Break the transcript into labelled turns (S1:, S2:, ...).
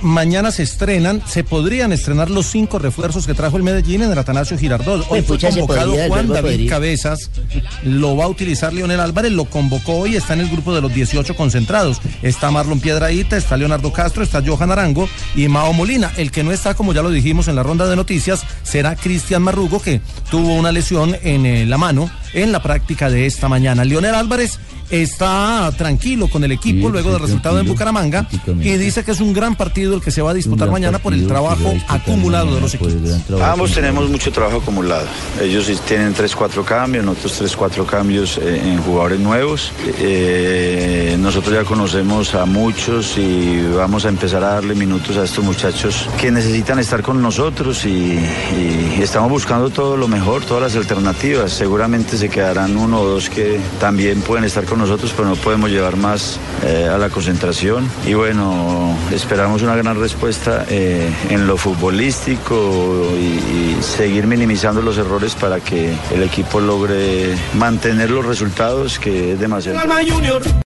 S1: mañana se podrían estrenar los 5 refuerzos que trajo el Medellín en el Atanasio Girardot. Hoy fue convocado Juan David Cabezas, lo va a utilizar Leonel Álvarez, lo convocó hoy, está en el grupo de los 18 concentrados. Está Marlon Piedrahíta, está Leonardo Castro, está Johan Arango y Mao Molina. El que no está, como ya lo dijimos en la ronda de noticias, será Cristian Marrugo, que tuvo una lesión en la mano en la práctica de esta mañana. Leonel Álvarez está tranquilo con el equipo luego del resultado en Bucaramanga y dice que es un gran partido el que se va a disputar mañana por el trabajo acumulado de los equipos.
S2: Ambos tenemos mucho trabajo acumulado. Ellos tienen 3-4 cambios, nosotros 3-4 cambios en jugadores nuevos. Nosotros ya conocemos a muchos y vamos a empezar a darle minutos a estos muchachos que necesitan estar con nosotros y estamos buscando todo lo mejor, todas las alternativas. Seguramente se quedarán 1 o 2 que también pueden estar con nosotros, pero no podemos llevar más a la concentración. Y bueno, esperamos una gran respuesta en lo futbolístico y seguir minimizando los errores para que el equipo logre mantener los resultados, que es demasiado.